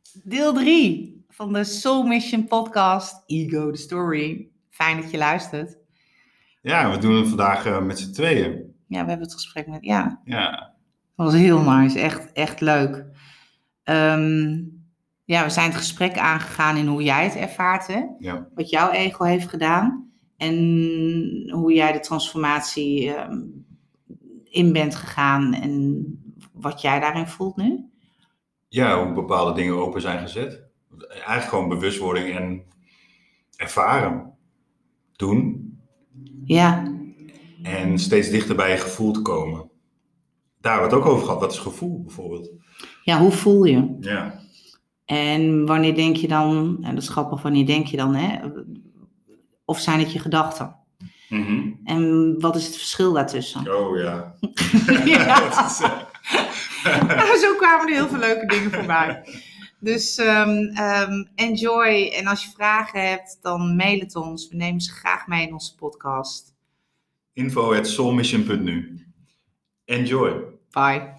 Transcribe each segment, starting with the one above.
Deel 3 van de Soul Mission podcast Ego the Story. Fijn dat je luistert. Ja, we doen het vandaag met z'n tweeën. Ja, we hebben het gesprek met... Ja, Ja. dat was heel nice. Echt leuk. Ja, we zijn het gesprek aangegaan in hoe jij het ervaart, hè? Ja. Wat jouw ego heeft gedaan. En hoe jij de transformatie in bent gegaan. En wat jij daarin voelt nu. Ja, hoe bepaalde dingen open zijn gezet. Eigenlijk gewoon bewustwording en ervaren. Doen. Ja. En steeds dichter bij je gevoel te komen. Daar hebben we het ook over gehad. Wat is gevoel bijvoorbeeld? Ja, hoe voel je? Ja. En wanneer denk je dan, en dat is grappig, wanneer denk je dan, hè? Of zijn het je gedachten? Mm-hmm. En wat is het verschil daartussen? Oh ja. Ja. Zo kwamen er heel veel leuke dingen voorbij. Dus enjoy. En als je vragen hebt, dan mail het ons. We nemen ze graag mee in onze podcast. info@soulmission.nu. Enjoy. Bye.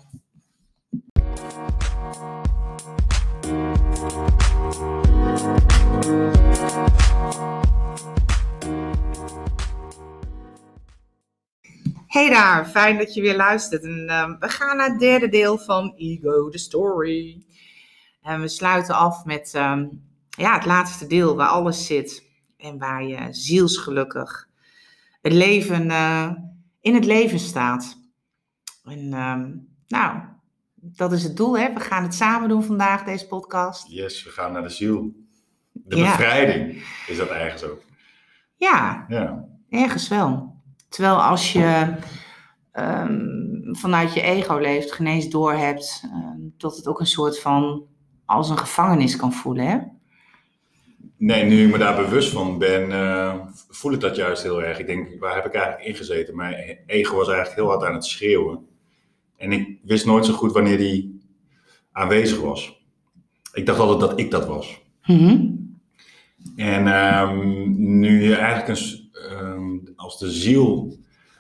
Hey daar, fijn dat je weer luistert. En we gaan naar het derde deel van Ego the Story. En we sluiten af met het laatste deel waar alles zit. En waar je zielsgelukkig het leven, in het leven staat. En dat is het doel, hè? We gaan het samen doen vandaag, deze podcast. Yes, we gaan naar de ziel. De bevrijding is dat eigenlijk zo. Ja, ergens wel. Terwijl als je vanuit je ego leeft, geen eens doorhebt dat het ook een soort van als een gevangenis kan voelen, hè? Nee, nu ik me daar bewust van ben, voel ik dat juist heel erg. Ik denk, waar heb ik eigenlijk in gezeten? Mijn ego was eigenlijk heel hard aan het schreeuwen. En ik wist nooit zo goed wanneer die aanwezig was. Ik dacht altijd dat ik dat was. Mm-hmm. En nu je eigenlijk als de ziel,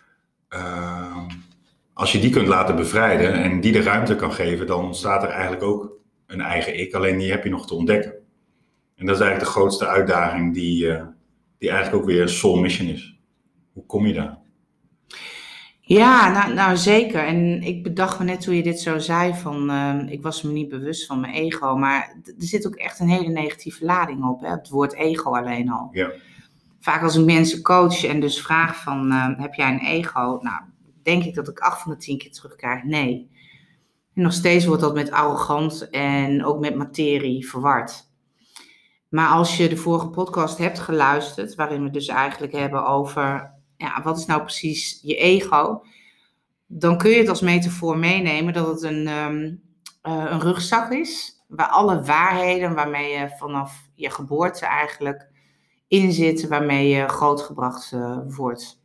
als je die kunt laten bevrijden en die de ruimte kan geven, dan ontstaat er eigenlijk ook een eigen ik. Alleen die heb je nog te ontdekken. En dat is eigenlijk de grootste uitdaging die eigenlijk ook weer Soul Mission is. Hoe kom je daar? Ja, nou zeker. En ik bedacht me net toen je dit zo zei van, ik was me niet bewust van mijn ego, maar er zit ook echt een hele negatieve lading op, hè? Het woord ego alleen al. Ja. Vaak als ik mensen coach en dus vraag van, heb jij een ego? Nou, denk ik dat ik 8 van de 10 keer terugkrijg, nee. En nog steeds wordt dat met arrogant en ook met materie verward. Maar als je de vorige podcast hebt geluisterd, waarin we het dus eigenlijk hebben over, wat is nou precies je ego? Dan kun je het als metafoor meenemen dat het een rugzak is, waar alle waarheden waarmee je vanaf je geboorte eigenlijk in zitten, waarmee je grootgebracht wordt.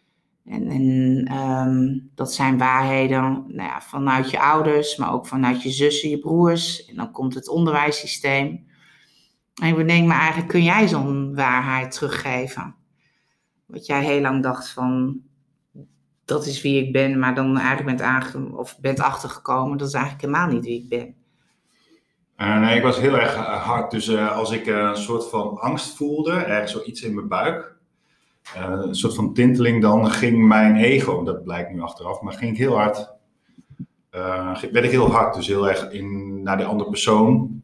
En dat zijn waarheden vanuit je ouders, maar ook vanuit je zussen, je broers. En dan komt het onderwijssysteem. En ik bedenk me eigenlijk, kun jij zo'n waarheid teruggeven? Wat jij heel lang dacht van, dat is wie ik ben, maar dan eigenlijk bent achtergekomen, dat is eigenlijk helemaal niet wie ik ben. Nee, ik was heel erg hard. Dus als ik een soort van angst voelde, ergens zoiets in mijn buik, een soort van tinteling, dan ging mijn ego, dat blijkt nu achteraf, maar ging ik heel hard, werd ik heel hard, dus heel erg naar de andere persoon.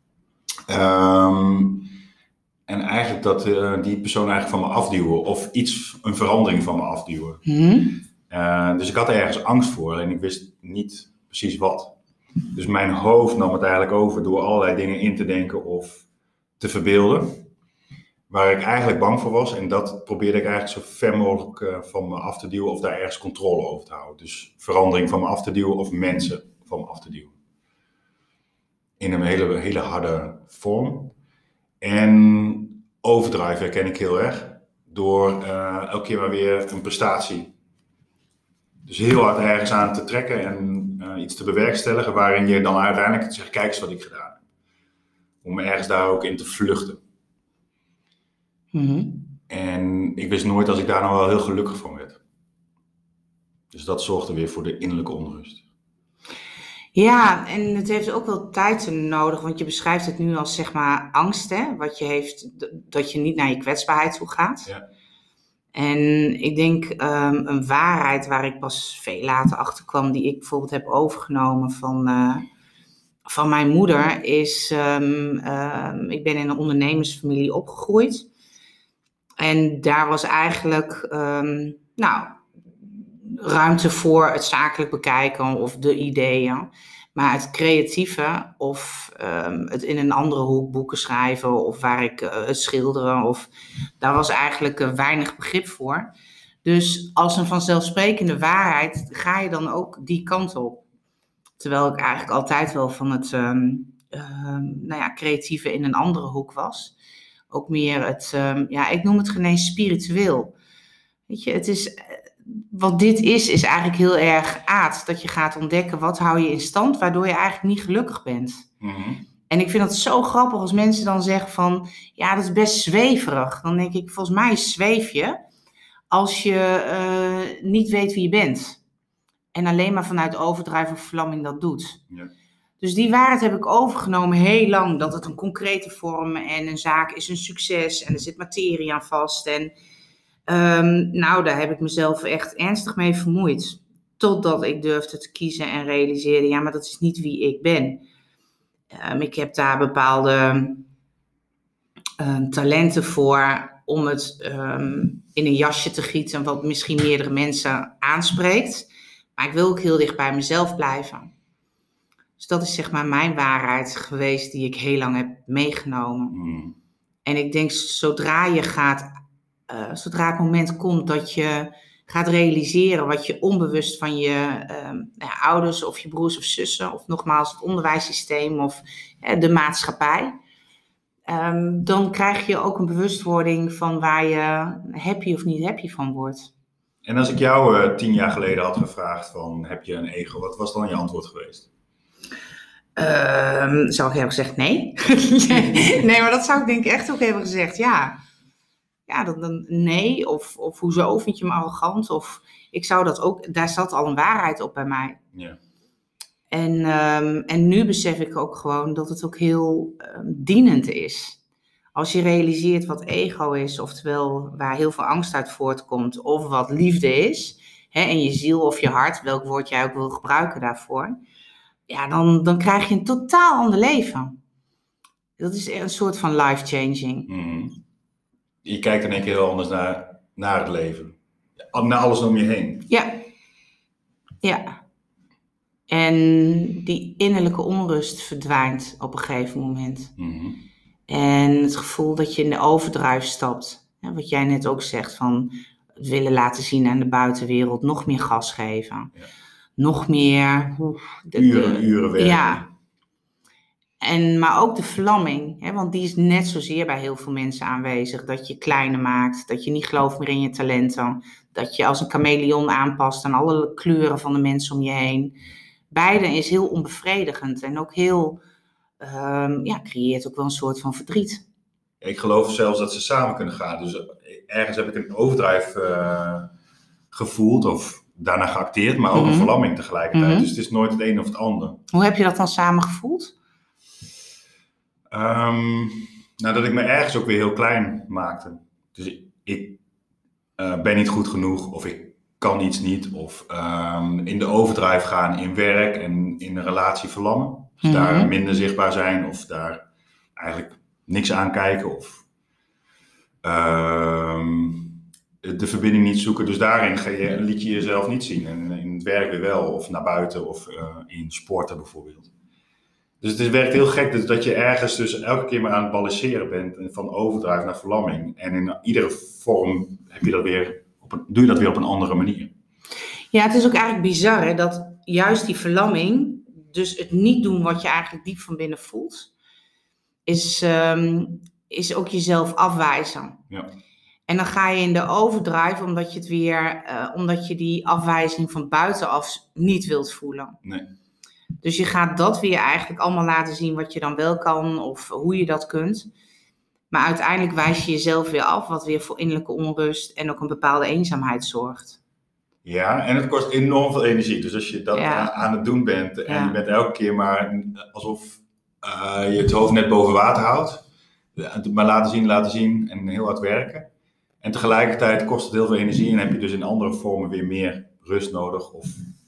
En eigenlijk dat die persoon eigenlijk van me afduwen of een verandering van me afduwen. Mm-hmm. Dus ik had er ergens angst voor en ik wist niet precies wat. Dus mijn hoofd nam het eigenlijk over door allerlei dingen in te denken of te verbeelden. Waar ik eigenlijk bang voor was. En dat probeerde ik eigenlijk zo ver mogelijk van me af te duwen of daar ergens controle over te houden. Dus verandering van me af te duwen of mensen van me af te duwen. In een hele, hele harde vorm. En overdrive herken ik heel erg. Door elke keer maar weer een prestatie. Dus heel hard ergens aan te trekken en iets te bewerkstelligen waarin je dan uiteindelijk zegt, kijk eens wat ik gedaan heb. Om ergens daar ook in te vluchten. Mm-hmm. En ik wist nooit dat ik daar nou wel heel gelukkig van werd. Dus dat zorgde weer voor de innerlijke onrust. Ja, en het heeft ook wel tijd nodig, want je beschrijft het nu als zeg maar angst, hè, wat je heeft, dat je niet naar je kwetsbaarheid toe gaat. Ja. En ik denk een waarheid waar ik pas veel later achter kwam, die ik bijvoorbeeld heb overgenomen van mijn moeder, is ik ben in een ondernemersfamilie opgegroeid. En daar was eigenlijk ruimte voor het zakelijk bekijken of de ideeën. Maar het creatieve of het in een andere hoek boeken schrijven of waar ik het schilderen, daar was eigenlijk weinig begrip voor. Dus als een vanzelfsprekende waarheid ga je dan ook die kant op. Terwijl ik eigenlijk altijd wel van het creatieve in een andere hoek was. Ook meer het, ik noem het geen eens spiritueel. Weet je, het is, wat dit is eigenlijk heel erg aards. Dat je gaat ontdekken, wat hou je in stand, waardoor je eigenlijk niet gelukkig bent. Mm-hmm. En ik vind het zo grappig als mensen dan zeggen van, ja, dat is best zweverig. Dan denk ik, volgens mij zweef je als je niet weet wie je bent. En alleen maar vanuit overdrijf of verlamming dat doet. Ja. Dus die waarheid heb ik overgenomen heel lang. Dat het een concrete vorm en een zaak is een succes. En er zit materie aan vast. En daar heb ik mezelf echt ernstig mee vermoeid. Totdat ik durfde te kiezen en realiseerde, ja, maar dat is niet wie ik ben. Ik heb daar bepaalde talenten voor om het in een jasje te gieten wat misschien meerdere mensen aanspreekt. Maar ik wil ook heel dicht bij mezelf blijven. Dus dat is zeg maar mijn waarheid geweest die ik heel lang heb meegenomen. Mm. En ik denk zodra het moment komt dat je gaat realiseren wat je onbewust van je ouders of je broers of zussen, of nogmaals het onderwijssysteem of de maatschappij, dan krijg je ook een bewustwording van waar je happy of niet happy van wordt. En als ik jou 10 jaar geleden had gevraagd van, heb je een ego? Wat was dan je antwoord geweest? Zou ik hebben gezegd nee? Nee, maar dat zou ik denk ik echt ook hebben gezegd, ja. Ja, dan nee, of hoezo, vind je me arrogant? Of ik zou dat ook, daar zat al een waarheid op bij mij. Ja. En nu besef ik ook gewoon dat het ook heel dienend is. Als je realiseert wat ego is, oftewel waar heel veel angst uit voortkomt, of wat liefde is, en je ziel of je hart, welk woord jij ook wil gebruiken daarvoor, ja, dan krijg je een totaal ander leven. Dat is een soort van life-changing. Mm. Je kijkt in één keer heel anders naar het leven. Naar alles om je heen. Ja. En die innerlijke onrust verdwijnt op een gegeven moment. Mm-hmm. En het gevoel dat je in de overdrijf stapt. Wat jij net ook zegt, van het willen laten zien aan de buitenwereld. Nog meer gas geven. Ja. Nog meer... Uren werken. Ja. Maar ook de verlamming. Want die is net zozeer bij heel veel mensen aanwezig. Dat je kleiner maakt. Dat je niet gelooft meer in je talenten. Dat je als een chameleon aanpast aan alle kleuren van de mensen om je heen. Beide is heel onbevredigend. En ook heel... creëert ook wel een soort van verdriet. Ik geloof zelfs dat ze samen kunnen gaan. Dus ergens heb ik een overdrijf gevoeld of daarna geacteerd, maar ook een verlamming tegelijkertijd. Mm-hmm. Dus het is nooit het een of het ander. Hoe heb je dat dan samen gevoeld? Dat ik me ergens ook weer heel klein maakte. Dus ik ben niet goed genoeg of ik kan iets niet. Of in de overdrijf gaan in werk en in een relatie verlammen. Dus daar minder zichtbaar zijn of daar eigenlijk niks aan kijken of de verbinding niet zoeken. Dus daarin liet je jezelf niet zien. En in het werk weer wel of naar buiten of in sporten bijvoorbeeld. Dus het werkt heel gek dus dat je ergens dus elke keer maar aan het balanceren bent van overdrijf naar verlamming. En in iedere vorm doe je dat weer op een andere manier. Ja, het is ook eigenlijk bizar hè, dat juist die verlamming, dus het niet doen wat je eigenlijk diep van binnen voelt, is ook jezelf afwijzen. Ja. En dan ga je in de overdrive omdat je die afwijzing van buitenaf niet wilt voelen. Nee. Dus je gaat dat weer eigenlijk allemaal laten zien wat je dan wel kan of hoe je dat kunt. Maar uiteindelijk wijs je jezelf weer af, wat weer voor innerlijke onrust en ook een bepaalde eenzaamheid zorgt. Ja, en het kost enorm veel energie. Dus als je dat aan het doen bent en je bent elke keer maar alsof je het hoofd net boven water houdt. Maar laten zien en heel hard werken. En tegelijkertijd kost het heel veel energie en heb je dus in andere vormen weer meer rust nodig. Of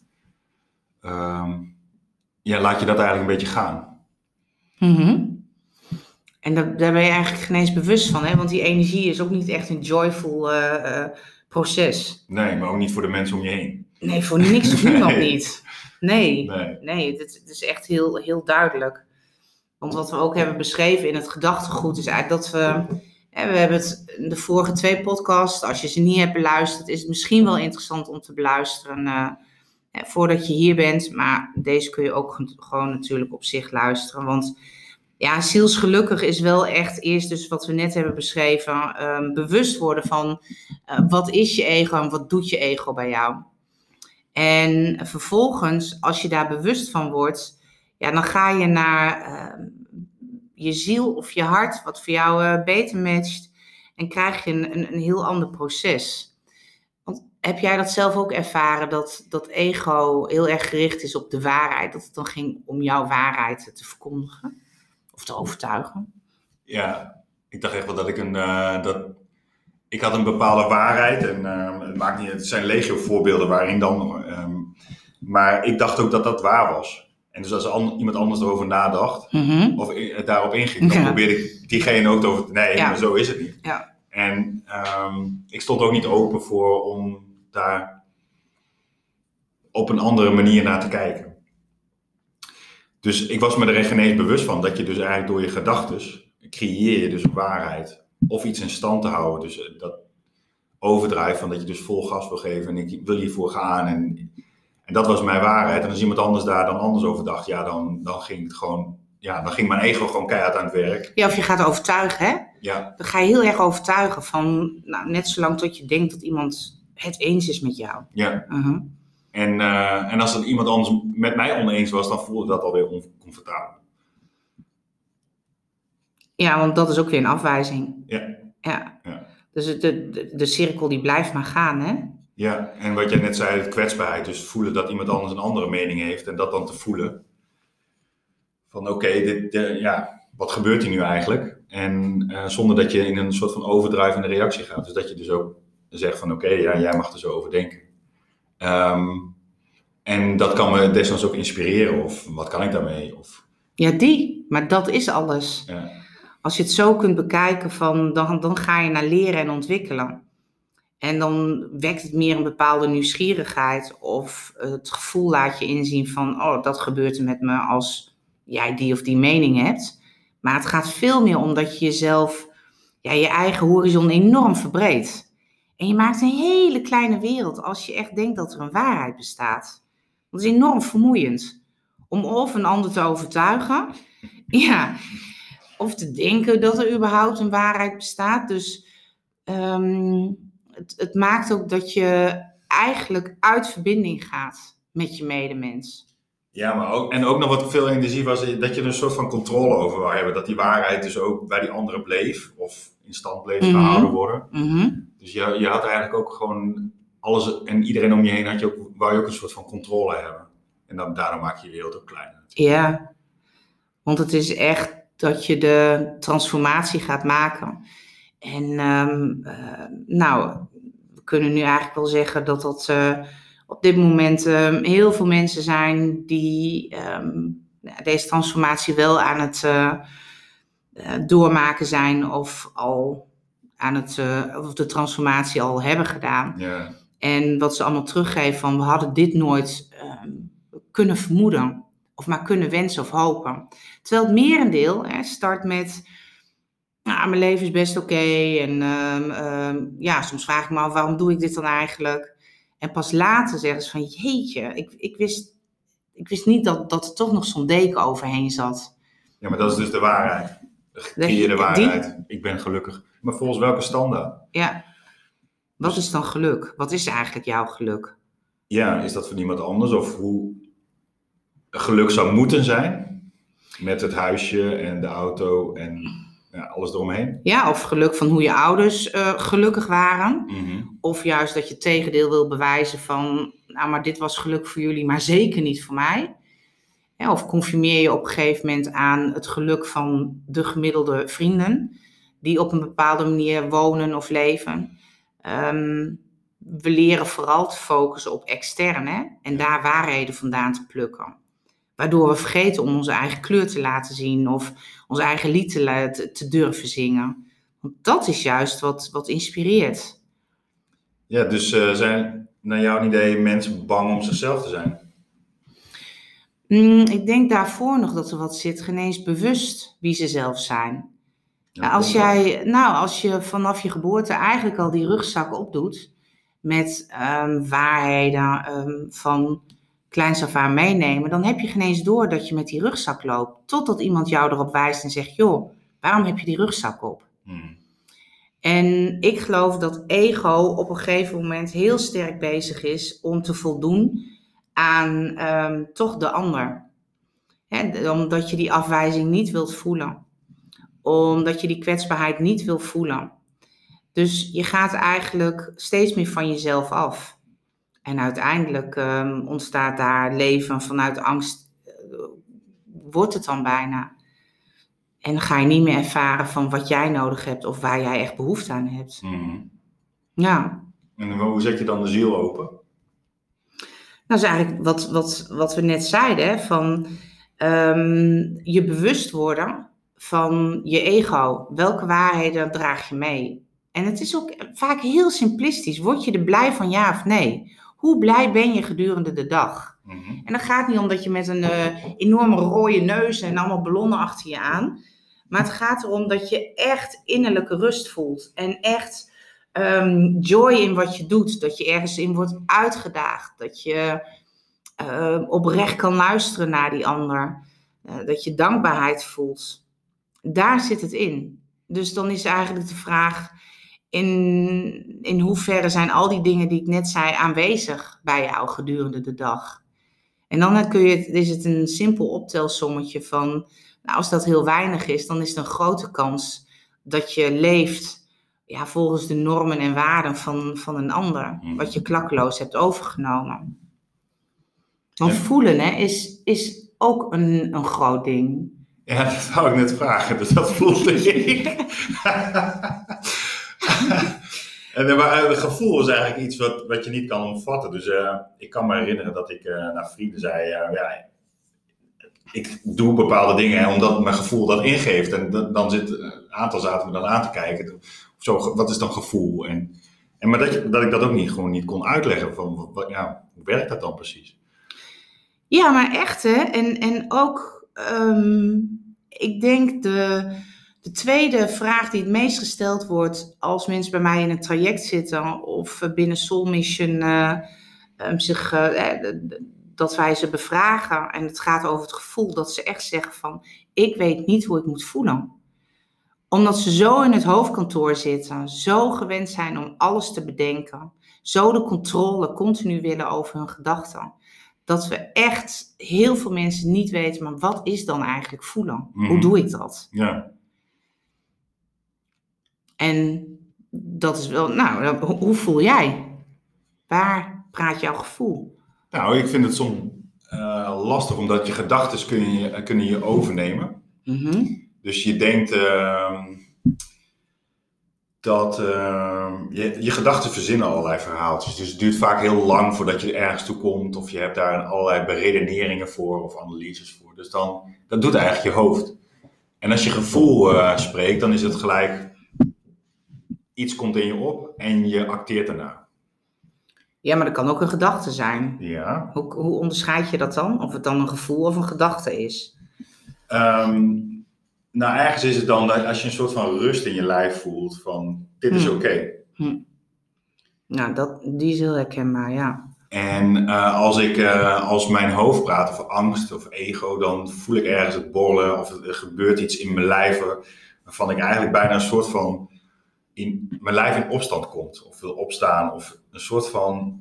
laat je dat eigenlijk een beetje gaan. Mm-hmm. En daar ben je eigenlijk geen eens bewust van, hè? Want die energie is ook niet echt een joyful proces. Nee, maar ook niet voor de mensen om je heen. Nee, voor niks of niemand niet. Nee, het is echt heel, heel duidelijk. Want wat we ook hebben beschreven in het gedachtegoed is eigenlijk dat we hebben het in de vorige 2 podcasts, als je ze niet hebt beluisterd, is het misschien wel interessant om te beluisteren voordat je hier bent. Maar deze kun je ook gewoon natuurlijk op zich luisteren. Want ja, zielsgelukkig is wel echt eerst dus wat we net hebben beschreven, bewust worden van wat is je ego en wat doet je ego bij jou. En vervolgens, als je daar bewust van wordt, ja, dan ga je naar je ziel of je hart, wat voor jou beter matcht, en krijg je een heel ander proces. Want heb jij dat zelf ook ervaren, dat ego heel erg gericht is op de waarheid, dat het dan ging om jouw waarheid te verkondigen of te overtuigen? Ja, ik dacht echt wel dat ik had een bepaalde waarheid en het maakt niet, het zijn legio voorbeelden waarin dan, maar ik dacht ook dat dat waar was. En dus als iemand anders erover nadacht, of daarop inging, dan probeerde ik diegene ook over maar zo is het niet. Ja. En ik stond ook niet open voor om daar op een andere manier naar te kijken. Dus ik was me er geen eens bewust van dat je dus eigenlijk door je gedachtes creëer je dus een waarheid. Of iets in stand te houden. Dus dat overdrijf van dat je dus vol gas wil geven en ik wil hiervoor gaan. En dat was mijn waarheid. En als iemand anders daar dan anders over dacht, ja, dan ging het gewoon, ja, dan ging mijn ego gewoon keihard aan het werk. Ja, of je gaat overtuigen, hè? Ja. Dan ga je heel erg overtuigen van, nou, net zolang tot je denkt dat iemand het eens is met jou. Ja. En als er iemand anders met mij oneens was, dan voelde dat alweer oncomfortabel. Ja, want dat is ook weer een afwijzing. Ja. Dus de cirkel die blijft maar gaan, hè? Ja, en wat jij net zei, de kwetsbaarheid. Dus voelen dat iemand anders een andere mening heeft en dat dan te voelen. Van oké, wat gebeurt hier nu eigenlijk? En zonder dat je in een soort van overdrijvende reactie gaat. Dus dat je dus ook zegt van oké, jij mag er zo over denken. En dat kan me desnoods ook inspireren. Of wat kan ik daarmee? Ja, maar dat is alles. Ja. Als je het zo kunt bekijken, dan ga je naar leren en ontwikkelen. En dan wekt het meer een bepaalde nieuwsgierigheid. Of het gevoel laat je inzien van, oh, dat gebeurt er met me als jij die of die mening hebt. Maar het gaat veel meer om dat je jezelf, je eigen horizon enorm verbreedt. En je maakt een hele kleine wereld als je echt denkt dat er een waarheid bestaat. Dat is enorm vermoeiend. Om of een ander te overtuigen, of te denken dat er überhaupt een waarheid bestaat. Dus het maakt ook dat je eigenlijk uit verbinding gaat met je medemens. Ja, maar ook nog wat veel energie was, dat je er een soort van controle over wou hebben. Dat die waarheid dus ook bij die anderen bleef, of in stand bleef gehouden worden. Dus je had eigenlijk ook gewoon alles en iedereen om je heen wou je ook een soort van controle hebben. En daarom maak je je wereld ook kleiner. Ja, want het is echt dat je de transformatie gaat maken. En we kunnen nu eigenlijk wel zeggen dat op dit moment heel veel mensen zijn die deze transformatie wel aan het doormaken zijn of al of de transformatie al hebben gedaan. Ja. En wat ze allemaal teruggeven van we hadden dit nooit kunnen vermoeden of maar kunnen wensen of hopen. Terwijl het merendeel start met mijn leven is best oké. En soms vraag ik me af waarom doe ik dit dan eigenlijk? En pas later zeggen ze van jeetje, ik wist niet dat er toch nog zo'n deken overheen zat. Ja, maar dat is dus de waarheid. De gecreëerde waarheid. Ik ben gelukkig. Maar volgens welke standaard? Ja. Wat is dan geluk? Wat is eigenlijk jouw geluk? Ja, is dat voor iemand anders? Of hoe geluk zou moeten zijn? Met het huisje en de auto en alles eromheen. Ja, of geluk van hoe je ouders gelukkig waren. Mm-hmm. Of juist dat je het tegendeel wil bewijzen van, nou, maar dit was geluk voor jullie, maar zeker niet voor mij. Ja, of conformeer je op een gegeven moment aan het geluk van de gemiddelde vrienden, die op een bepaalde manier wonen of leven. We leren vooral te focussen op extern, hè? En daar waarheden vandaan te plukken. Waardoor we vergeten om onze eigen kleur te laten zien of onze eigen lied te durven zingen. Want dat is juist wat inspireert. Ja, dus zijn naar jouw idee mensen bang om zichzelf te zijn? Ik denk daarvoor nog dat er wat zit, geen eens bewust wie ze zelf zijn. Ja, Als je vanaf je geboorte eigenlijk al die rugzak opdoet met waarheden van kleins af aan meenemen, dan heb je geen eens door dat je met die rugzak loopt. Totdat iemand jou erop wijst en zegt, joh, waarom heb je die rugzak op? En ik geloof dat ego op een gegeven moment heel sterk bezig is om te voldoen aan toch de ander. Omdat je die afwijzing niet wilt voelen. Omdat je die kwetsbaarheid niet wil voelen. Dus je gaat eigenlijk steeds meer van jezelf af. En uiteindelijk ontstaat daar leven vanuit angst. Wordt het dan bijna. En dan ga je niet meer ervaren van wat jij nodig hebt of waar jij echt behoefte aan hebt. Mm-hmm. Ja. En hoe zet je dan de ziel open? Dat is eigenlijk wat we net zeiden. Hè, van je bewust worden van je ego. Welke waarheden draag je mee? En het is ook vaak heel simplistisch. Word je er blij van, ja of nee? Hoe blij ben je gedurende de dag? Mm-hmm. En dat gaat niet om dat je met een enorme rode neus en allemaal ballonnen achter je aan. Maar het gaat erom dat je echt innerlijke rust voelt. En echt joy in wat je doet. Dat je ergens in wordt uitgedaagd. Dat je oprecht kan luisteren naar die ander. Dat je dankbaarheid voelt. Daar zit het in. Dus dan is eigenlijk de vraag, in hoeverre zijn al die dingen die ik net zei aanwezig bij jou gedurende de dag? En dan is het een simpel optelsommetje van, nou, als dat heel weinig is, dan is het een grote kans dat je leeft volgens de normen en waarden van een ander. Wat je klakkeloos hebt overgenomen. Want voelen is ook een groot ding. Ja, dat wou ik net vragen, dus dat voelde ik. Maar het gevoel is eigenlijk iets wat je niet kan omvatten. Dus ik kan me herinneren dat ik naar vrienden zei, ik doe bepaalde dingen omdat mijn gevoel dat ingeeft. En dan een aantal zaten we dan aan te kijken. Zo, wat is dan gevoel? Maar dat ik dat ook niet kon uitleggen. Van, hoe werkt dat dan precies? Ja, maar echt hè. En ook, ik denk de tweede vraag die het meest gesteld wordt als mensen bij mij in een traject zitten of binnen Soul Mission dat wij ze bevragen en het gaat over het gevoel, dat ze echt zeggen van, ik weet niet hoe ik moet voelen. Omdat ze zo in het hoofdkantoor zitten, zo gewend zijn om alles te bedenken, zo de controle continu willen over hun gedachten. Dat we echt heel veel mensen niet weten, maar wat is dan eigenlijk voelen? Mm-hmm. Hoe doe ik dat? Ja. En dat is wel, hoe voel jij? Waar praat jouw gevoel? Nou, ik vind het soms lastig, omdat je gedachten kunnen je overnemen. Mm-hmm. Dus je denkt dat je gedachten verzinnen allerlei verhaaltjes. Dus het duurt vaak heel lang voordat je ergens toe komt. Of je hebt daar allerlei beredeneringen voor of analyses voor. Dus dat doet eigenlijk je hoofd. En als je gevoel spreekt, dan is het gelijk, iets komt in je op en je acteert daarna. Ja, maar dat kan ook een gedachte zijn. Ja. Hoe onderscheid je dat dan? Of het dan een gevoel of een gedachte is? Ergens is het dan dat als je een soort van rust in je lijf voelt van, dit is oké. Nou, die is heel herkenbaar, ja. En als mijn hoofd praat over angst of ego, dan voel ik ergens het borrelen of er gebeurt iets in mijn lijf waarvan ik eigenlijk bijna een soort van mijn lijf in opstand komt of wil opstaan of een soort van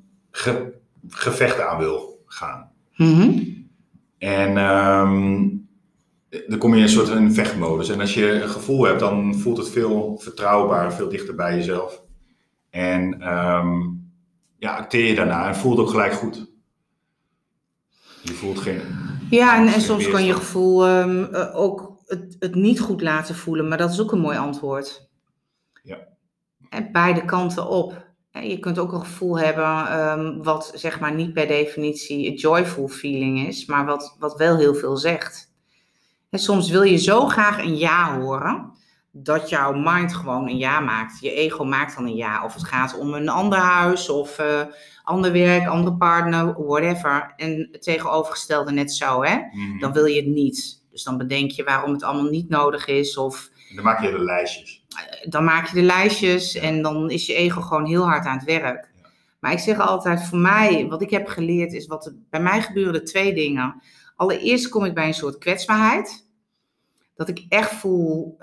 gevecht aan wil gaan. Mm-hmm. En dan kom je in een soort van vechtmodus. En als je een gevoel hebt, dan voelt het veel vertrouwbaar, veel dichter bij jezelf. En acteer je daarna en voelt ook gelijk goed. Je voelt geen... Ja, en soms kan je gevoel ook het niet goed laten voelen, maar dat is ook een mooi antwoord. Ja. En beide kanten op. Je kunt ook een gevoel hebben wat zeg maar niet per definitie een joyful feeling is, maar wat wel heel veel zegt. En soms wil je zo graag een ja horen, dat jouw mind gewoon een ja maakt. Je ego maakt dan een ja. Of het gaat om een ander huis, of ander werk, andere partner, whatever. En het tegenovergestelde net zo, hè. Mm-hmm. Dan wil je het niet. Dus dan bedenk je waarom het allemaal niet nodig is. Of dan maak je de lijstjes. Dan maak je de lijstjes en dan is je ego gewoon heel hard aan het werk. Ja. Maar ik zeg altijd, voor mij, wat ik heb geleerd is, bij mij gebeuren 2 dingen. Allereerst kom ik bij een soort kwetsbaarheid. Dat ik echt voel,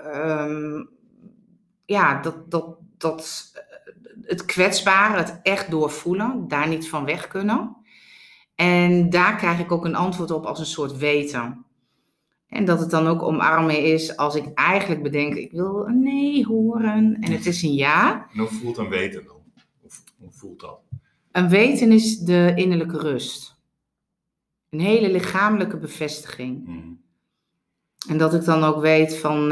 dat het kwetsbare, het echt doorvoelen, daar niet van weg kunnen. En daar krijg ik ook een antwoord op als een soort weten. En dat het dan ook omarmen is als ik eigenlijk bedenk, ik wil een nee horen en het is een ja. En hoe voelt een weten dan? Hoe voelt dat? Een weten is de innerlijke rust. Een hele lichamelijke bevestiging. Mm. En dat ik dan ook weet van,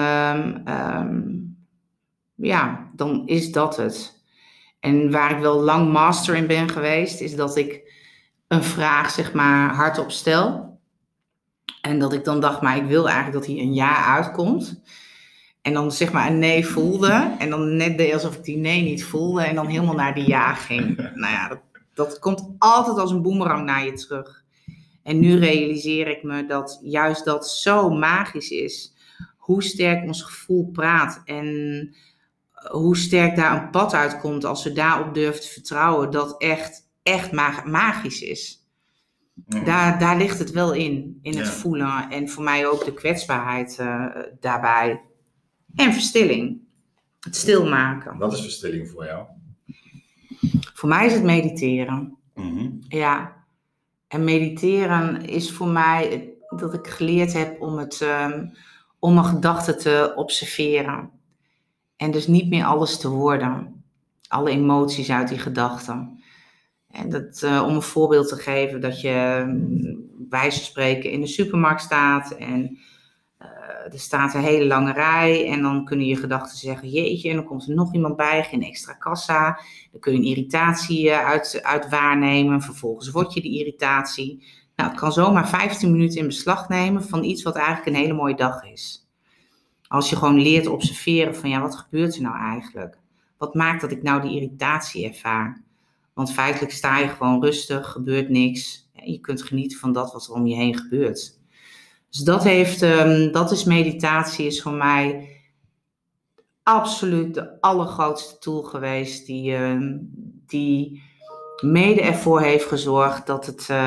dan is dat het. En waar ik wel lang master in ben geweest, is dat ik een vraag zeg maar hardop stel. En dat ik dan dacht, maar ik wil eigenlijk dat hier een ja uitkomt. En dan zeg maar een nee voelde. En dan net deed alsof ik die nee niet voelde. En dan helemaal naar die ja ging. Nou ja, dat komt altijd als een boemerang naar je terug. En nu realiseer ik me dat juist dat zo magisch is. Hoe sterk ons gevoel praat. En hoe sterk daar een pad uitkomt als we daarop durven te vertrouwen. Dat echt magisch is. Daar ligt het wel in het voelen. En voor mij ook de kwetsbaarheid daarbij. En verstilling. Het stilmaken. Wat is verstilling voor jou? Voor mij is het mediteren. Mm-hmm. Ja. En mediteren is voor mij dat ik geleerd heb om mijn gedachten te observeren. En dus niet meer alles te worden. Alle emoties uit die gedachten. En om een voorbeeld te geven, dat je wijze van spreken in de supermarkt staat en er staat een hele lange rij en dan kunnen je gedachten zeggen, jeetje, en dan komt er nog iemand bij, geen extra kassa. Dan kun je een irritatie uit waarnemen, vervolgens word je die irritatie. Nou, het kan zomaar 15 minuten in beslag nemen van iets wat eigenlijk een hele mooie dag is. Als je gewoon leert observeren van, wat gebeurt er nou eigenlijk? Wat maakt dat ik nou die irritatie ervaar? Want feitelijk sta je gewoon rustig, gebeurt niks. Je kunt genieten van dat wat er om je heen gebeurt. Dus dat is meditatie, is voor mij absoluut de allergrootste tool geweest die mede ervoor heeft gezorgd dat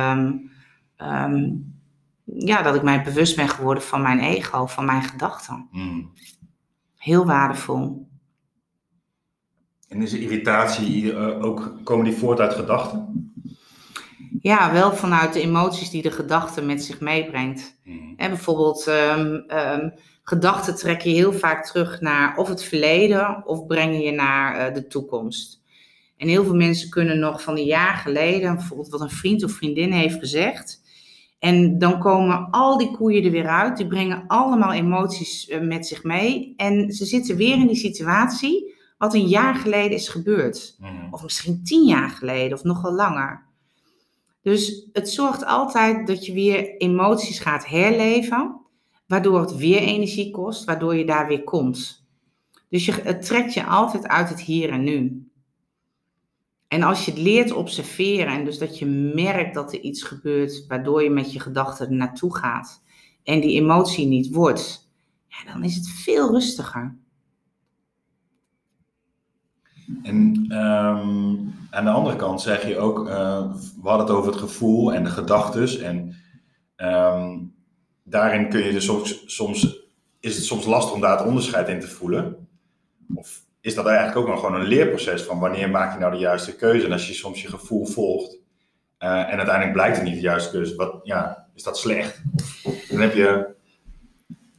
dat ik mij bewust ben geworden van mijn ego, van mijn gedachten. Mm. Heel waardevol. En is de irritatie komen die voort uit gedachten? Ja, wel vanuit de emoties die de gedachte met zich meebrengt. Mm. En bijvoorbeeld, gedachten trekken je heel vaak terug naar of het verleden of brengen je naar de toekomst. En heel veel mensen kunnen nog van een jaar geleden, bijvoorbeeld wat een vriend of vriendin heeft gezegd. En dan komen al die koeien er weer uit, die brengen allemaal emoties met zich mee. En ze zitten weer in die situatie wat een jaar geleden is gebeurd. Mm. Of misschien 10 jaar geleden of nog wel langer. Dus het zorgt altijd dat je weer emoties gaat herleven, waardoor het weer energie kost, waardoor je daar weer komt. Dus het trekt je altijd uit het hier en nu. En als je het leert observeren en dus dat je merkt dat er iets gebeurt, waardoor je met je gedachten er naartoe gaat en die emotie niet wordt, dan is het veel rustiger. En aan de andere kant zeg je ook, we hadden het over het gevoel en de gedachtes. En daarin kun je dus is het soms lastig om daar het onderscheid in te voelen. Of is dat eigenlijk ook nog gewoon een leerproces van wanneer maak je nou de juiste keuze? En als je soms je gevoel volgt en uiteindelijk blijkt het niet de juiste keuze, is dat slecht? Dan heb je...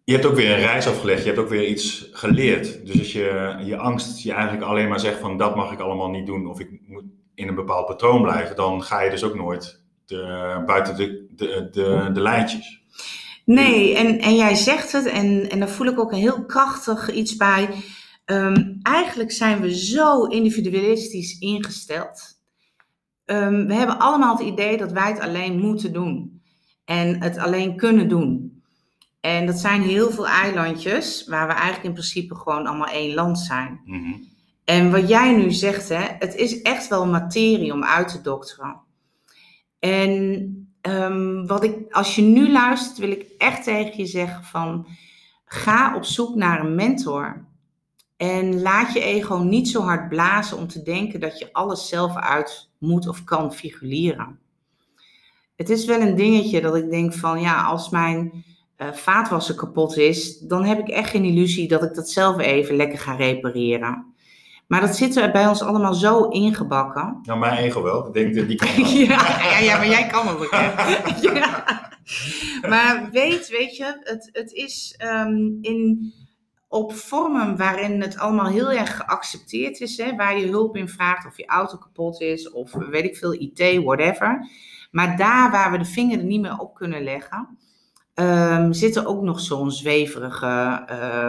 je hebt ook weer een reis afgelegd, je hebt ook weer iets geleerd. Dus als je angst je eigenlijk alleen maar zegt van dat mag ik allemaal niet doen of ik moet in een bepaald patroon blijven, dan ga je dus ook nooit buiten de lijntjes. Nee, en jij zegt het en daar voel ik ook een heel krachtig iets bij. Eigenlijk zijn we zo individualistisch ingesteld. We hebben allemaal het idee dat wij het alleen moeten doen. En het alleen kunnen doen. En dat zijn heel veel eilandjes waar we eigenlijk in principe gewoon allemaal één land zijn. Mm-hmm. En wat jij nu zegt, hè, het is echt wel materie om uit te dokteren. En als je nu luistert, wil ik echt tegen je zeggen van, ga op zoek naar een mentor. En laat je ego niet zo hard blazen om te denken dat je alles zelf uit moet of kan figureren. Het is wel een dingetje dat ik denk van, ja, als mijn vaatwasser kapot is, dan heb ik echt geen illusie dat ik dat zelf even lekker ga repareren. Maar dat zit er bij ons allemaal zo ingebakken. Nou, mijn ego wel. Ik denk dat die kan wel. ja, maar jij kan het ook, hè? Ja. Maar weet je, het is op vormen waarin het allemaal heel erg geaccepteerd is, hè, waar je hulp in vraagt, of je auto kapot is, of weet ik veel, IT, whatever. Maar daar waar we de vinger er niet meer op kunnen leggen, zit er ook nog zo'n zweverige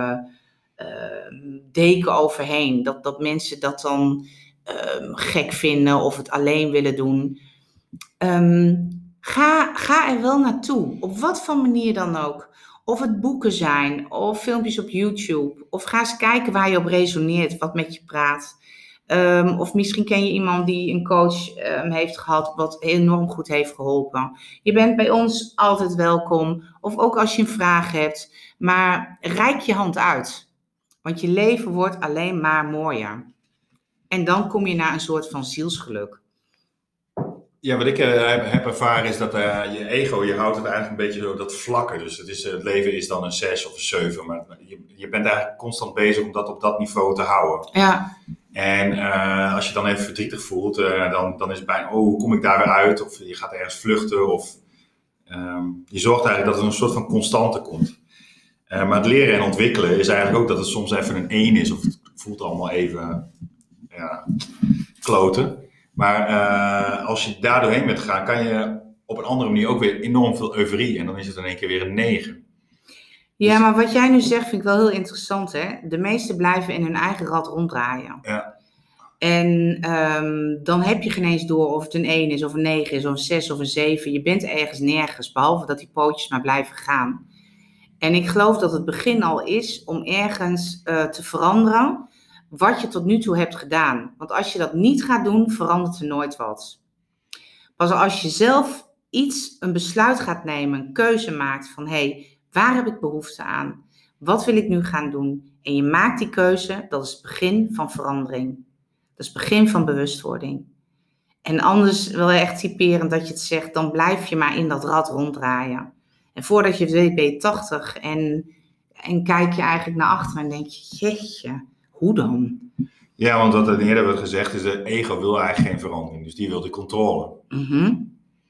deken overheen. Dat mensen dat dan gek vinden of het alleen willen doen. Ga er wel naartoe, op wat voor manier dan ook. Of het boeken zijn, of filmpjes op YouTube. Of ga eens kijken waar je op resoneert, wat met je praat. Of misschien ken je iemand die een coach heeft gehad, wat enorm goed heeft geholpen. Je bent bij ons altijd welkom. Of ook als je een vraag hebt. Maar reik je hand uit. Want je leven wordt alleen maar mooier. En dan kom je naar een soort van zielsgeluk. Ja, wat ik heb ervaren is dat je ego, je houdt het eigenlijk een beetje zo dat vlakke. Dus het leven is dan een 6 of een 7. Maar je bent eigenlijk constant bezig om dat op dat niveau te houden. Ja. En als je dan even verdrietig voelt, dan is het bijna, hoe kom ik daar weer uit? Of je gaat ergens vluchten. Of je zorgt eigenlijk dat er een soort van constante komt. Maar het leren en ontwikkelen is eigenlijk ook dat het soms even een 1 is. Of het voelt allemaal even kloten. Maar als je daar doorheen bent gegaan, kan je op een andere manier ook weer enorm veel euforie. En dan is het in één keer weer een 9. Ja, dus, maar wat jij nu zegt vind ik wel heel interessant, hè. De meesten blijven in hun eigen rad ronddraaien. Ja. En dan heb je geen eens door of het een 1 is, of een 9 is, of een 6 of een 7. Je bent ergens nergens, behalve dat die pootjes maar blijven gaan. En ik geloof dat het begin al is om ergens te veranderen wat je tot nu toe hebt gedaan. Want als je dat niet gaat doen, verandert er nooit wat. Pas als je zelf een besluit gaat nemen, een keuze maakt van hé, waar heb ik behoefte aan? Wat wil ik nu gaan doen? En je maakt die keuze, dat is het begin van verandering. Dat is het begin van bewustwording. En anders wel echt typerend dat je het zegt, dan blijf je maar in dat rad ronddraaien. En voordat je het weet ben je 80 en kijk je eigenlijk naar achteren en denk je, jeetje, hoe dan? Ja, want wat er eerder werd gezegd is, de ego wil eigenlijk geen verandering. Dus die wil de controle. Mm-hmm.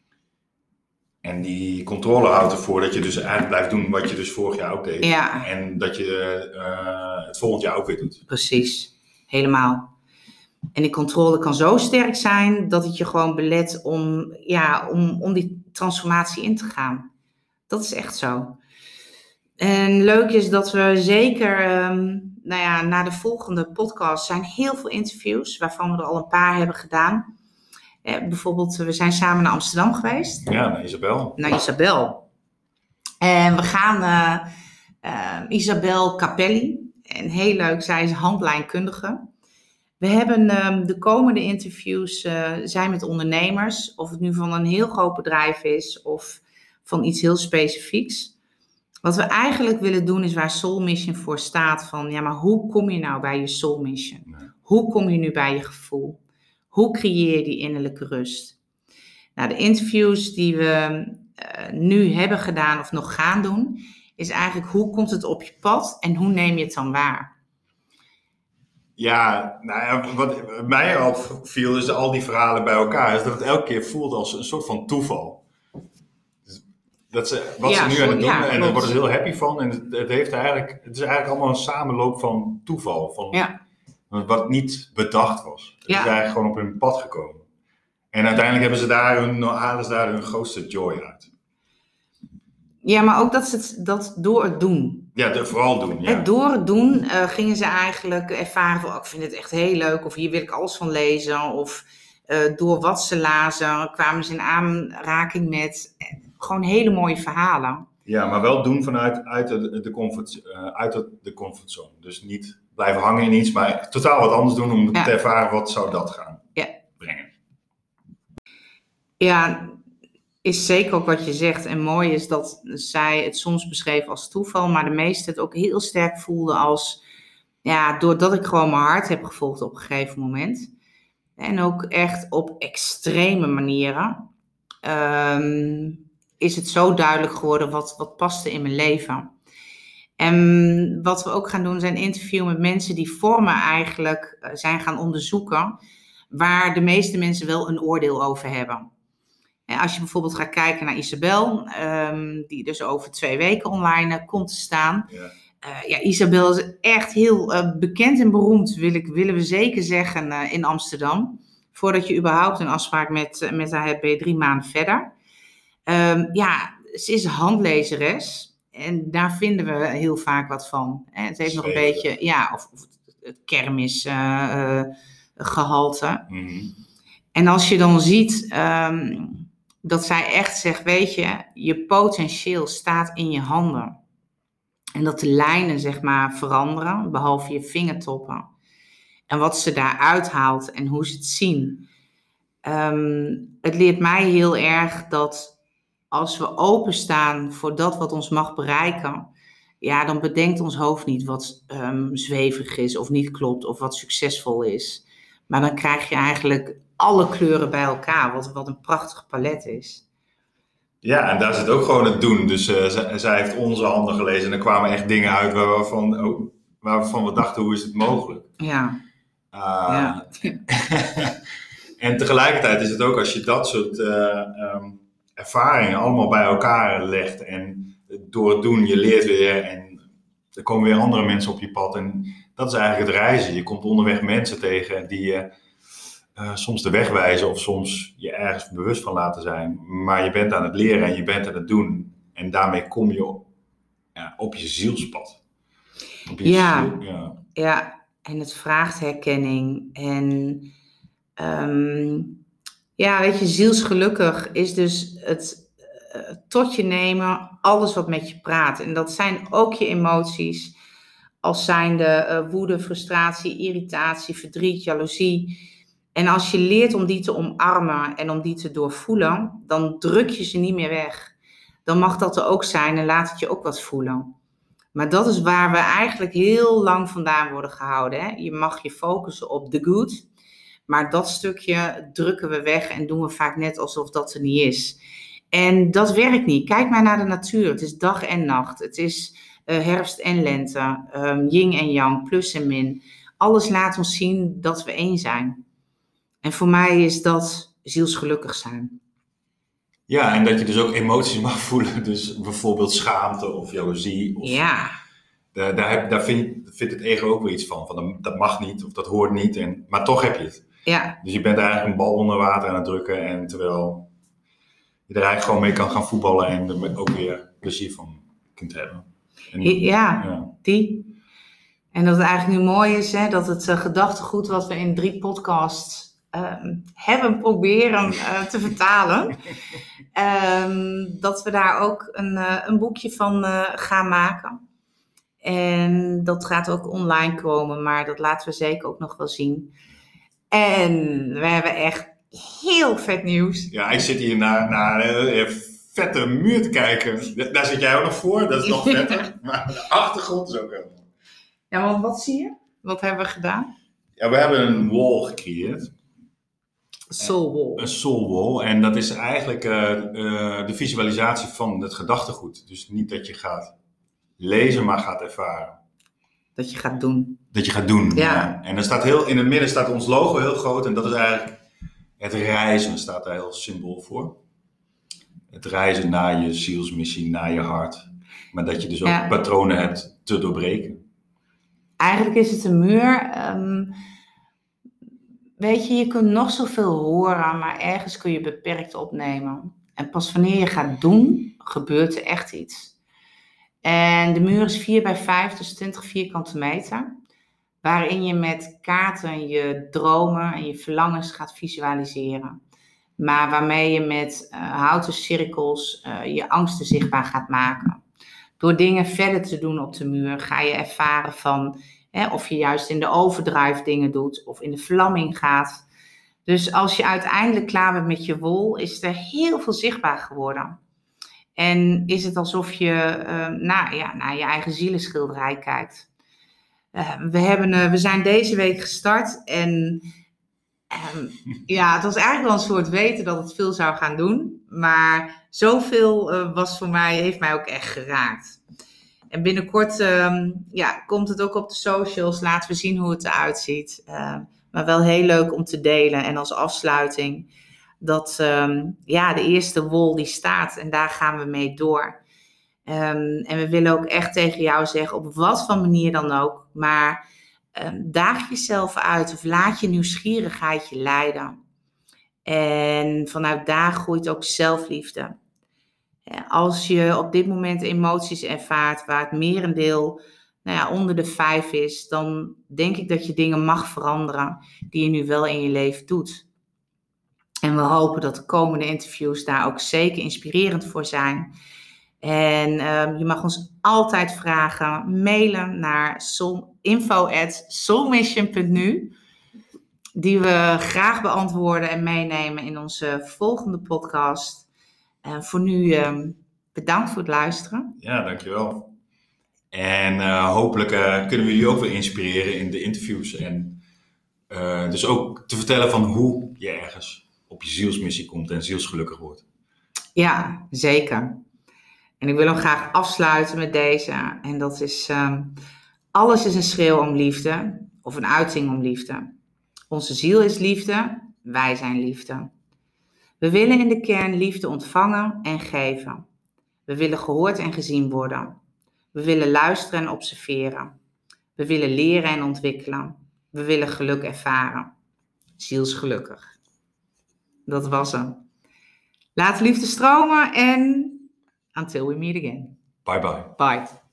En die controle houdt ervoor dat je dus eigenlijk blijft doen wat je dus vorig jaar ook deed. Ja. En dat je het volgend jaar ook weer doet. Precies, helemaal. En die controle kan zo sterk zijn dat het je gewoon belet om die transformatie in te gaan. Dat is echt zo. En leuk is dat we zeker, na de volgende podcast zijn heel veel interviews, waarvan we er al een paar hebben gedaan. Bijvoorbeeld, we zijn samen naar Amsterdam geweest. Ja, naar Isabel. Naar Isabel. En we gaan Isabel Capelli. En heel leuk, zij is handlijnkundige. We hebben de komende interviews zijn met ondernemers. Of het nu van een heel groot bedrijf is of van iets heel specifieks. Wat we eigenlijk willen doen is waar Soul Mission voor staat. Van ja, maar hoe kom je nou bij je Soul Mission? Nee. Hoe kom je nu bij je gevoel? Hoe creëer je die innerlijke rust? Nou, de interviews die we nu hebben gedaan of nog gaan doen, is eigenlijk hoe komt het op je pad en hoe neem je het dan waar? Ja, nou ja, wat mij opviel is al die verhalen bij elkaar, is dat het elke keer voelt als een soort van toeval. Wat ze nu aan het doen, en daar worden ze heel happy van. En het is eigenlijk allemaal een samenloop van toeval. Wat niet bedacht was. Het is eigenlijk gewoon op hun pad gekomen. En uiteindelijk halen ze daar hun grootste joy uit. Ja, maar ook dat ze dat door het doen. Ja, vooral doen. Ja. Door het doen gingen ze eigenlijk ervaren van, ik vind het echt heel leuk. Of hier wil ik alles van lezen. Of door wat ze lazen kwamen ze in aanraking met gewoon hele mooie verhalen. Ja, maar wel doen vanuit de comfortzone. Dus niet blijven hangen in iets, maar totaal wat anders doen om te ervaren wat zou dat gaan brengen. Ja, is zeker ook wat je zegt. En mooi is dat zij het soms beschreven als toeval, maar de meesten het ook heel sterk voelden als, doordat ik gewoon mijn hart heb gevolgd op een gegeven moment. En ook echt op extreme manieren. Is het zo duidelijk geworden wat paste in mijn leven. En wat we ook gaan doen zijn interviewen met mensen die vormen eigenlijk zijn gaan onderzoeken waar de meeste mensen wel een oordeel over hebben. En als je bijvoorbeeld gaat kijken naar Isabel, die dus over 2 weken online komt te staan. Isabel is echt heel bekend en beroemd, willen we zeker zeggen, in Amsterdam. Voordat je überhaupt een afspraak met haar hebt, ben je 3 maanden verder. Ze is handlezeres en daar vinden we heel vaak wat van. Het heeft nog een beetje, of het kermisgehalte. En als je dan ziet dat zij echt zegt, weet je potentieel staat in je handen. En dat de lijnen, zeg maar, veranderen, behalve je vingertoppen. En wat ze daar uithaalt en hoe ze het zien. Het leert mij heel erg dat als we openstaan voor dat wat ons mag bereiken, dan bedenkt ons hoofd niet wat zweverig is of niet klopt of wat succesvol is. Maar dan krijg je eigenlijk alle kleuren bij elkaar, wat een prachtig palet is. Ja, en daar zit ook gewoon het doen. Dus zij heeft onze handen gelezen en er kwamen echt dingen uit waarvan we dachten, hoe is het mogelijk? Ja. En tegelijkertijd is het ook als je dat soort ervaringen allemaal bij elkaar legt en door het doen je leert weer en er komen weer andere mensen op je pad en dat is eigenlijk het reizen. Je komt onderweg mensen tegen die je soms de weg wijzen of soms je ergens bewust van laten zijn, maar je bent aan het leren en je bent aan het doen en daarmee kom je op je zielspad. En het vraagt herkenning en weet je, zielsgelukkig is dus het tot je nemen, alles wat met je praat. En dat zijn ook je emoties, als zijnde woede, frustratie, irritatie, verdriet, jaloezie. En als je leert om die te omarmen en om die te doorvoelen, dan druk je ze niet meer weg. Dan mag dat er ook zijn en laat het je ook wat voelen. Maar dat is waar we eigenlijk heel lang vandaan worden gehouden. Hè? Je mag je focussen op the good. Maar dat stukje drukken we weg en doen we vaak net alsof dat er niet is. En dat werkt niet. Kijk maar naar de natuur. Het is dag en nacht. Het is herfst en lente. Yin en yang, plus en min. Alles laat ons zien dat we één zijn. En voor mij is dat zielsgelukkig zijn. Ja, en dat je dus ook emoties mag voelen. Dus bijvoorbeeld schaamte of jaloezie. Of, daar vindt het ego ook weer iets van dat mag niet of dat hoort niet. Maar toch heb je het. Ja. Dus je bent eigenlijk een bal onder water aan het drukken. En terwijl je er eigenlijk gewoon mee kan gaan voetballen en er ook weer plezier van kunt hebben. Die. En dat het eigenlijk nu mooi is, hè, dat het gedachtegoed wat we in 3 podcasts hebben proberen te vertalen. Dat we daar ook een boekje van gaan maken. En dat gaat ook online komen, maar dat laten we zeker ook nog wel zien. En we hebben echt heel vet nieuws. Ja, ik zit hier naar een vette muur te kijken. Daar zit jij ook nog voor, dat is nog vetter. Maar de achtergrond is ook helemaal. Ja, want wat zie je? Wat hebben we gedaan? Ja, we hebben een wall gecreëerd. Soul wall. Een soul wall. En dat is eigenlijk de visualisatie van het gedachtegoed. Dus niet dat je gaat lezen, maar gaat ervaren. Dat je gaat doen. Dat je gaat doen, ja. En er staat in het midden staat ons logo heel groot. En dat is eigenlijk het reizen, staat daar heel symbool voor. het reizen naar je zielsmissie, naar je hart. Maar dat je dus ook patronen hebt te doorbreken. Eigenlijk is het een muur. Weet je kunt nog zoveel horen, maar ergens kun je beperkt opnemen. En pas wanneer je gaat doen, gebeurt er echt iets. En de muur is 4 bij 5, dus 20 vierkante meter. Waarin je met kaarten je dromen en je verlangens gaat visualiseren. Maar waarmee je met houten cirkels je angsten zichtbaar gaat maken. Door dingen verder te doen op de muur ga je ervaren van of je juist in de overdrive dingen doet of in de vlamming gaat. Dus als je uiteindelijk klaar bent met je wol, is er heel veel zichtbaar geworden. En is het alsof je naar je eigen zielenschilderij kijkt. We zijn deze week gestart en het was eigenlijk wel een soort weten dat het veel zou gaan doen. Maar zoveel heeft mij ook echt geraakt. En binnenkort komt het ook op de socials. Laten we zien hoe het eruit ziet. Maar wel heel leuk om te delen. En als afsluiting dat de eerste wol die staat. En daar gaan we mee door. En we willen ook echt tegen jou zeggen, op wat voor manier dan ook. Maar daag jezelf uit of laat je nieuwsgierigheid je leiden. En vanuit daar groeit ook zelfliefde. Als je op dit moment emoties ervaart waar het merendeel onder de 5 is, dan denk ik dat je dingen mag veranderen die je nu wel in je leven doet. En we hopen dat de komende interviews daar ook zeker inspirerend voor zijn. En je mag ons altijd vragen, mailen naar info@soulmission.nu, die we graag beantwoorden en meenemen in onze volgende podcast. Voor nu bedankt voor het luisteren. Ja, dankjewel. En hopelijk kunnen we jullie ook weer inspireren in de interviews. En dus ook te vertellen van hoe je ergens op je zielsmissie komt en zielsgelukkig wordt. Ja, zeker. En ik wil hem graag afsluiten met deze. En dat is, alles is een schreeuw om liefde of een uiting om liefde. Onze ziel is liefde, wij zijn liefde. We willen in de kern liefde ontvangen en geven. We willen gehoord en gezien worden. We willen luisteren en observeren. We willen leren en ontwikkelen. We willen geluk ervaren. Zielsgelukkig. Dat was hem. Laat liefde stromen en until we meet again. Bye bye. Bye.